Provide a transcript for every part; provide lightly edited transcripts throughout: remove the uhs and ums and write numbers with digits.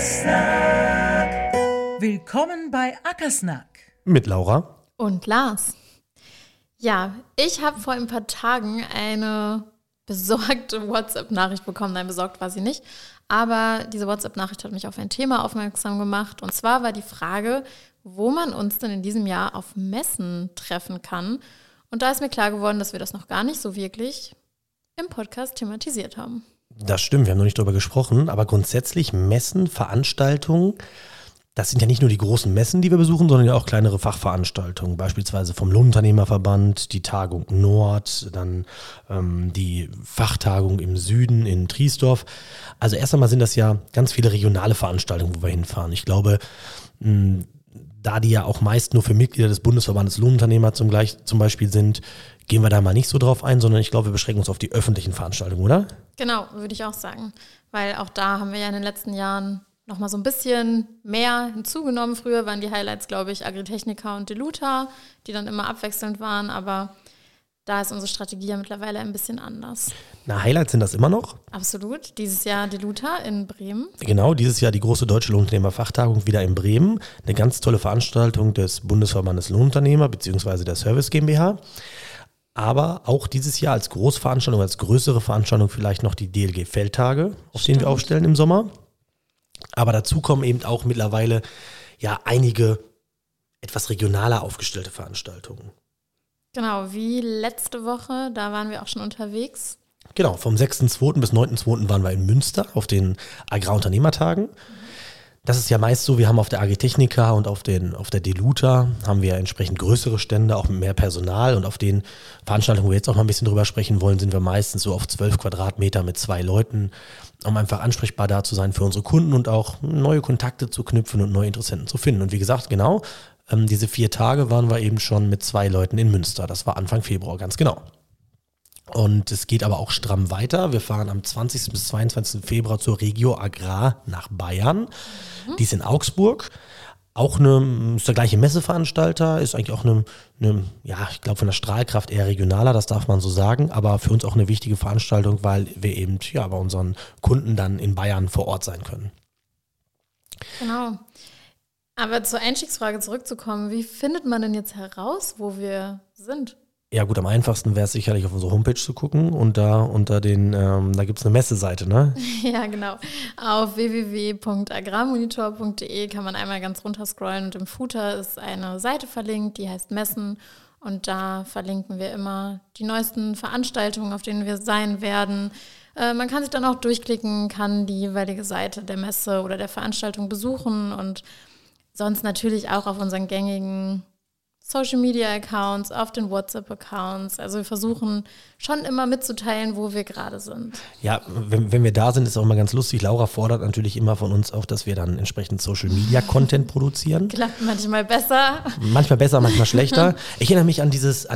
Ackersnack. Willkommen bei Ackersnack. Mit Laura. Und Lars. Ja, ich habe vor ein paar Tagen eine besorgte WhatsApp-Nachricht bekommen. Nein, besorgt war sie nicht. Aber diese WhatsApp-Nachricht hat mich auf ein Thema aufmerksam gemacht. Und zwar war die Frage, wo man uns denn in diesem Jahr auf Messen treffen kann. Und da ist mir klar geworden, dass wir das noch gar nicht so wirklich im Podcast thematisiert haben. Das stimmt, wir haben noch nicht darüber gesprochen. Aber grundsätzlich Messen, Veranstaltungen, das sind ja nicht nur die großen Messen, die wir besuchen, sondern ja auch kleinere Fachveranstaltungen, beispielsweise vom Lohnunternehmerverband, die Tagung Nord, dann die Fachtagung im Süden in Triesdorf. Also erst einmal sind das ja ganz viele regionale Veranstaltungen, wo wir hinfahren. Ich glaube, da die ja auch meist nur für Mitglieder des Bundesverbandes Lohnunternehmer zum Beispiel sind, gehen wir da mal nicht so drauf ein, sondern ich glaube, wir beschränken uns auf die öffentlichen Veranstaltungen, oder? Genau, würde ich auch sagen. Weil auch da haben wir ja in den letzten Jahren nochmal so ein bisschen mehr hinzugenommen. Früher waren die Highlights, glaube ich, Agritechnica und Deluta, die dann immer abwechselnd waren, aber da ist unsere Strategie ja mittlerweile ein bisschen anders. Na, Highlights sind das immer noch? Absolut. Dieses Jahr Deluta in Bremen. Genau, dieses Jahr die große Deutsche Lohnunternehmerfachtagung wieder in Bremen. Eine ganz tolle Veranstaltung des Bundesverbandes Lohnunternehmer bzw. der Service GmbH. Aber auch dieses Jahr als Großveranstaltung, als größere Veranstaltung vielleicht noch die DLG-Feldtage, auf denen wir aufstellen im Sommer. Aber dazu kommen eben auch mittlerweile ja einige etwas regionaler aufgestellte Veranstaltungen. Genau, wie letzte Woche, da waren wir auch schon unterwegs. Genau, vom 6.2. bis 9.2. waren wir in Münster auf den Agrarunternehmertagen. Das ist ja meist so, wir haben auf der Agritechnica und auf der Deluta haben wir entsprechend größere Stände, auch mit mehr Personal. Und auf den Veranstaltungen, wo wir jetzt auch mal ein bisschen drüber sprechen wollen, sind wir meistens so auf 12 Quadratmeter mit 2 Leuten, um einfach ansprechbar da zu sein für unsere Kunden und auch neue Kontakte zu knüpfen und neue Interessenten zu finden. Und wie gesagt, genau, diese 4 Tage waren wir eben schon mit 2 Leuten in Münster. Das war Anfang Februar, ganz genau. Und es geht aber auch stramm weiter. Wir fahren am 20. bis 22. Februar zur Regio Agrar nach Bayern. Die ist in Augsburg. Auch ist der gleiche Messeveranstalter, ist eigentlich auch ja, ich glaube von der Strahlkraft eher regionaler, das darf man so sagen, aber für uns auch eine wichtige Veranstaltung, weil wir eben ja bei unseren Kunden dann in Bayern vor Ort sein können. Genau. Aber zur Einstiegsfrage zurückzukommen, wie findet man denn jetzt heraus, wo wir sind? Ja gut, am einfachsten wäre es sicherlich auf unsere Homepage zu gucken und da da gibt es eine Messeseite, ne? Ja, genau. Auf www.agrarmonitor.de kann man einmal ganz runter scrollen und im Footer ist eine Seite verlinkt, die heißt Messen und da verlinken wir immer die neuesten Veranstaltungen, auf denen wir sein werden. Man kann sich dann auch durchklicken, kann die jeweilige Seite der Messe oder der Veranstaltung besuchen und sonst natürlich auch auf unseren gängigen Social-Media-Accounts, auf den WhatsApp-Accounts. Also wir versuchen schon immer mitzuteilen, wo wir gerade sind. Ja, wenn wir da sind, ist auch immer ganz lustig. Laura fordert natürlich immer von uns auch, dass wir dann entsprechend Social-Media-Content produzieren. Klappt manchmal besser. Manchmal besser, manchmal schlechter. Ich erinnere mich an diese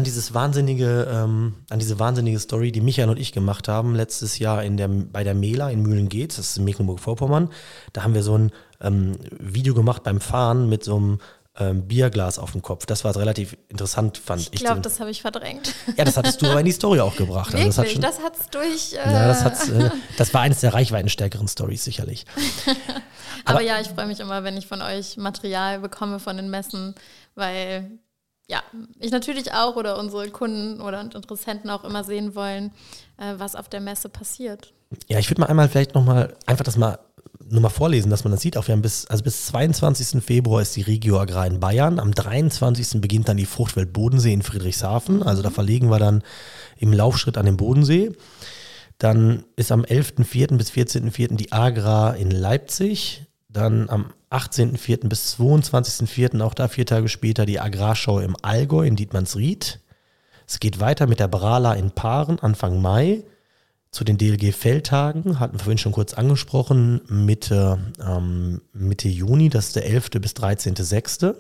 wahnsinnige Story, die Michael und ich gemacht haben letztes Jahr bei der Mela in Mühlengeetz, das ist in Mecklenburg-Vorpommern. Da haben wir so ein Video gemacht beim Fahren mit so einem Bierglas auf dem Kopf. Das war relativ interessant, fand ich. Ich glaube, das habe ich verdrängt. Ja, das hattest du aber in die Story auch gebracht. Wirklich? Also das hat's durch... das war eines der reichweitenstärkeren Storys sicherlich. aber ja, ich freue mich immer, wenn ich von euch Material bekomme von den Messen, weil ja, ich natürlich auch oder unsere Kunden oder Interessenten auch immer sehen wollen, was auf der Messe passiert. Ja, ich würde mal einmal vielleicht nochmal einfach das mal nur mal vorlesen, dass man das sieht. Auch wir haben bis 22. Februar ist die Regio Agrar in Bayern. Am 23. beginnt dann die Fruchtwelt Bodensee in Friedrichshafen. Also da verlegen wir dann im Laufschritt an den Bodensee. Dann ist am 11.04. bis 14.04. die Agrar in Leipzig. Dann am 18.04. bis 22.04., auch da 4 Tage später, die Agrarschau im Allgäu in Dietmannsried. Es geht weiter mit der Brala in Paaren Anfang Mai. Zu den DLG-Feldtagen, hatten wir vorhin schon kurz angesprochen, Mitte Juni, das ist der 11. bis 13.06.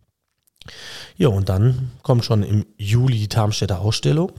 Ja, und dann kommt schon im Juli die Tarmstädter Ausstellung.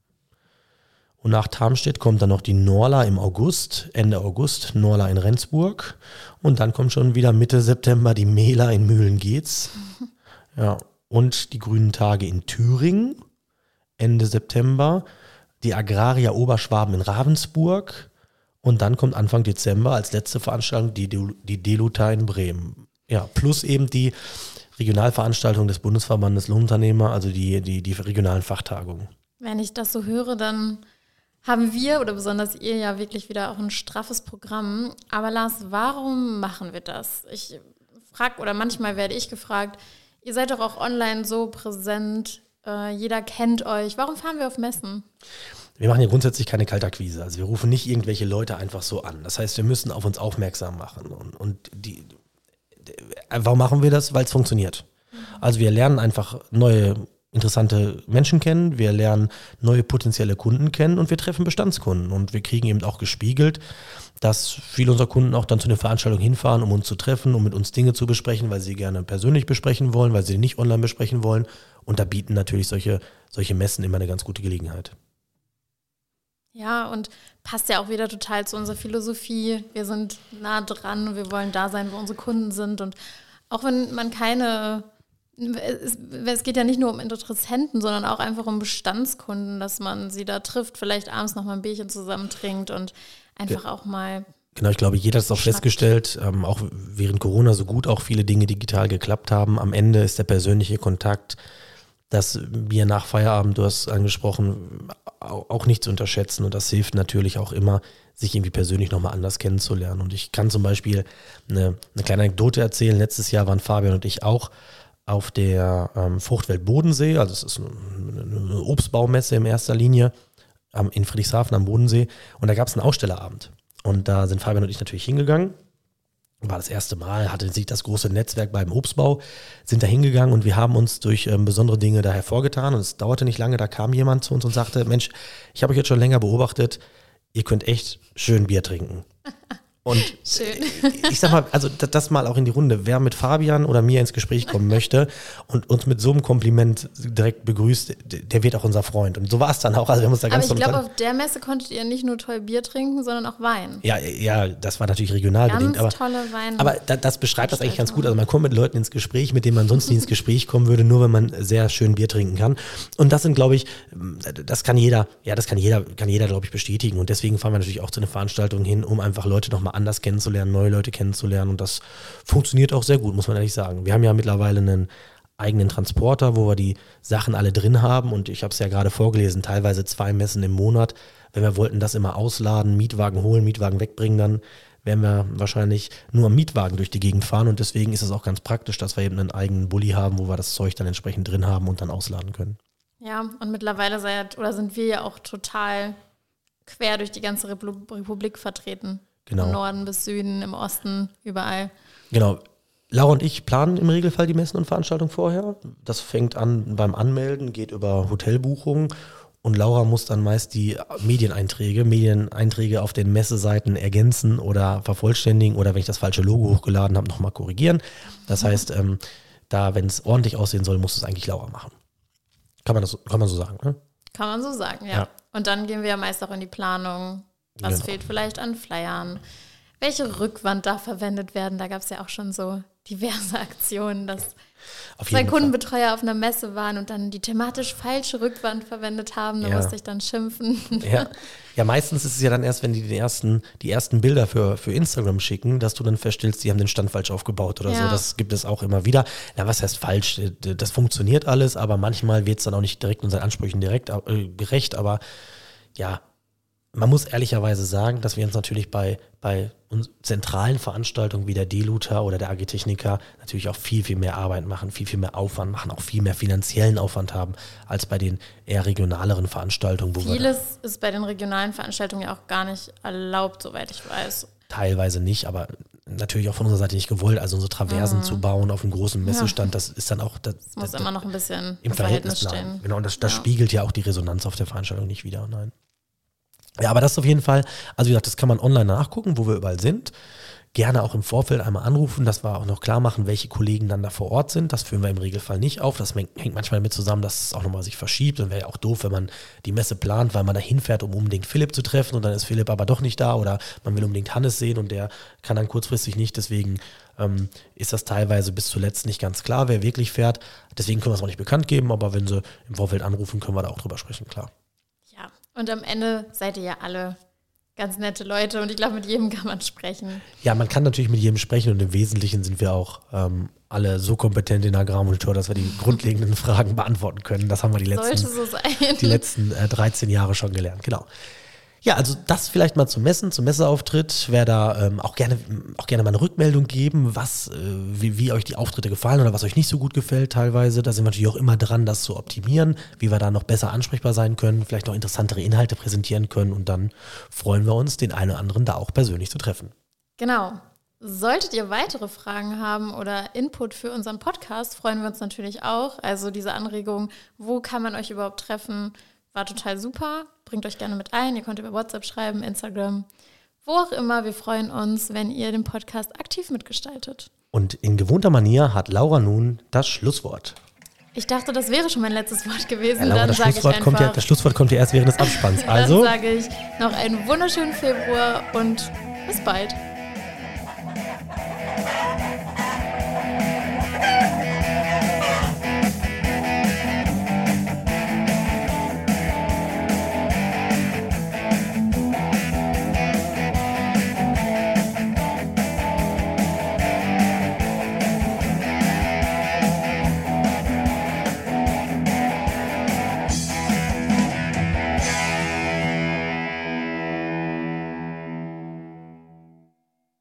Und nach Tarmstedt kommt dann noch die Norla im August, Ende August, Norla in Rendsburg. Und dann kommt schon wieder Mitte September die Mela in Mühlengeetz. Ja, und die Grünen Tage in Thüringen, Ende September. Die Agraria Oberschwaben in Ravensburg Und dann kommt Anfang Dezember als letzte Veranstaltung die Deluta in Bremen. Ja, plus eben die Regionalveranstaltung des Bundesverbandes Lohnunternehmer, also die regionalen Fachtagungen. Wenn ich das so höre, dann haben wir oder besonders ihr ja wirklich wieder auch ein straffes Programm. Aber Lars, warum machen wir das? Ich frage, oder manchmal werde ich gefragt, ihr seid doch auch online so präsent, jeder kennt euch. Warum fahren wir auf Messen? Wir machen hier grundsätzlich keine Kaltakquise. Also wir rufen nicht irgendwelche Leute einfach so an. Das heißt, wir müssen auf uns aufmerksam machen. Und warum machen wir das? Weil es funktioniert. Also wir lernen einfach neue interessante Menschen kennen, wir lernen neue potenzielle Kunden kennen und wir treffen Bestandskunden. Und wir kriegen eben auch gespiegelt, dass viele unserer Kunden auch dann zu den Veranstaltungen hinfahren, um uns zu treffen, um mit uns Dinge zu besprechen, weil sie gerne persönlich besprechen wollen, weil sie nicht online besprechen wollen. Und da bieten natürlich solche Messen immer eine ganz gute Gelegenheit. Ja, und passt ja auch wieder total zu unserer Philosophie. Wir sind nah dran und wir wollen da sein, wo unsere Kunden sind. Und auch wenn man es geht ja nicht nur um Interessenten, sondern auch einfach um Bestandskunden, dass man sie da trifft, vielleicht abends noch mal ein Bierchen zusammen trinkt und einfach auch mal. Genau, ich glaube, jeder hat es auch festgestellt, auch während Corona so gut auch viele Dinge digital geklappt haben. Am Ende ist der persönliche Kontakt, das Bier nach Feierabend, du hast angesprochen, auch nicht zu unterschätzen. Und das hilft natürlich auch immer, sich irgendwie persönlich nochmal anders kennenzulernen. Und ich kann zum Beispiel eine kleine Anekdote erzählen. Letztes Jahr waren Fabian und ich auch auf der Fruchtwelt Bodensee, also es ist eine Obstbaumesse in erster Linie, in Friedrichshafen am Bodensee. Und da gab es einen Ausstellerabend. Und da sind Fabian und ich natürlich hingegangen. War das erste Mal, hatte sich das große Netzwerk beim Obstbau, sind da hingegangen und wir haben uns durch besondere Dinge da hervorgetan. Und es dauerte nicht lange, da kam jemand zu uns und sagte, Mensch, ich habe euch jetzt schon länger beobachtet, ihr könnt echt schön Bier trinken. Und ich sag mal, also das mal auch in die Runde, wer mit Fabian oder mir ins Gespräch kommen möchte und uns mit so einem Kompliment direkt begrüßt, der wird auch unser Freund. Und so war es dann auch. Also wir haben uns da aber ich glaube, auf der Messe konntet ihr nicht nur toll Bier trinken, sondern auch Wein. Ja, das war natürlich regional bedingt. Aber tolle Wein. Aber das beschreibt das eigentlich ganz gut. Also man kommt mit Leuten ins Gespräch, mit denen man sonst nie ins Gespräch kommen würde, nur wenn man sehr schön Bier trinken kann. Und das sind, glaube ich, das kann jeder, glaube ich, bestätigen. Und deswegen fahren wir natürlich auch zu einer Veranstaltung hin, um einfach Leute nochmal anders kennenzulernen, neue Leute kennenzulernen und das funktioniert auch sehr gut, muss man ehrlich sagen. Wir haben ja mittlerweile einen eigenen Transporter, wo wir die Sachen alle drin haben und ich habe es ja gerade vorgelesen, teilweise 2 Messen im Monat. Wenn wir wollten das immer ausladen, Mietwagen holen, Mietwagen wegbringen, dann werden wir wahrscheinlich nur am Mietwagen durch die Gegend fahren und deswegen ist es auch ganz praktisch, dass wir eben einen eigenen Bulli haben, wo wir das Zeug dann entsprechend drin haben und dann ausladen können. Ja, und mittlerweile sind wir ja auch total quer durch die ganze Republik vertreten. Genau. Vom Norden bis Süden, im Osten, überall. Genau. Laura und ich planen im Regelfall die Messen und Veranstaltungen vorher. Das fängt an beim Anmelden, geht über Hotelbuchungen und Laura muss dann meist die Medieneinträge auf den Messeseiten ergänzen oder vervollständigen oder wenn ich das falsche Logo hochgeladen habe, nochmal korrigieren. Das heißt, wenn es ordentlich aussehen soll, muss es eigentlich Laura machen. Kann man so sagen, ne? Kann man so sagen, ja. Und dann gehen wir ja meist auch in die Planung. Was fehlt vielleicht an Flyern? Welche Rückwand darf verwendet werden? Da gab es ja auch schon so diverse Aktionen, dass 2 Kundenbetreuer auf einer Messe waren und dann die thematisch falsche Rückwand verwendet haben. Da musste ich dann schimpfen. Ja, meistens ist es ja dann erst, wenn die ersten Bilder für Instagram schicken, dass du dann feststellst, die haben den Stand falsch aufgebaut oder so. Das gibt es auch immer wieder. Na, was heißt falsch? Das funktioniert alles, aber manchmal wird es dann auch nicht direkt unseren Ansprüchen gerecht. Aber ja, man muss ehrlicherweise sagen, dass wir uns natürlich bei zentralen Veranstaltungen wie der Deluta oder der Agritechnica natürlich auch viel, viel mehr Arbeit machen, viel, viel mehr Aufwand machen, auch viel mehr finanziellen Aufwand haben, als bei den eher regionaleren Veranstaltungen. Vieles ist bei den regionalen Veranstaltungen ja auch gar nicht erlaubt, soweit ich weiß. Teilweise nicht, aber natürlich auch von unserer Seite nicht gewollt. Also unsere Traversen zu bauen auf einem großen Messestand, das ist dann auch... Das muss immer noch ein bisschen im Verhältnis stehen. Genau, und das spiegelt ja auch die Resonanz auf der Veranstaltung nicht wider, nein. Ja, aber das ist auf jeden Fall, also wie gesagt, das kann man online nachgucken, wo wir überall sind. Gerne auch im Vorfeld einmal anrufen, dass wir auch noch klar machen, welche Kollegen dann da vor Ort sind. Das führen wir im Regelfall nicht auf. Das hängt manchmal damit zusammen, dass es auch nochmal sich verschiebt. Und wäre ja auch doof, wenn man die Messe plant, weil man da hinfährt, um unbedingt Philipp zu treffen und dann ist Philipp aber doch nicht da oder man will unbedingt Hannes sehen und der kann dann kurzfristig nicht. Deswegen ist das teilweise bis zuletzt nicht ganz klar, wer wirklich fährt. Deswegen können wir es auch nicht bekannt geben, aber wenn sie im Vorfeld anrufen, können wir da auch drüber sprechen, klar. Ja, und am Ende seid ihr ja alle ganz nette Leute und ich glaube, mit jedem kann man sprechen. Ja, man kann natürlich mit jedem sprechen und im Wesentlichen sind wir auch alle so kompetent in Agrarmonitor, dass wir die grundlegenden Fragen beantworten können. Das haben wir die letzten 13 Jahre schon gelernt. Genau. Ja, also das vielleicht mal zum Messeauftritt. Wer da auch gerne mal eine Rückmeldung geben, wie euch die Auftritte gefallen oder was euch nicht so gut gefällt teilweise. Da sind wir natürlich auch immer dran, das zu optimieren, wie wir da noch besser ansprechbar sein können, vielleicht noch interessantere Inhalte präsentieren können und dann freuen wir uns, den einen oder anderen da auch persönlich zu treffen. Genau. Solltet ihr weitere Fragen haben oder Input für unseren Podcast, freuen wir uns natürlich auch. Also diese Anregung, wo kann man euch überhaupt treffen, war total super. Bringt euch gerne mit ein. Ihr könnt über WhatsApp schreiben, Instagram, wo auch immer. Wir freuen uns, wenn ihr den Podcast aktiv mitgestaltet. Und in gewohnter Manier hat Laura nun das Schlusswort. Ich dachte, das wäre schon mein letztes Wort gewesen. Ja, Laura, das Schlusswort kommt ja erst während des Abspanns. Also dann sage ich noch einen wunderschönen Februar und bis bald.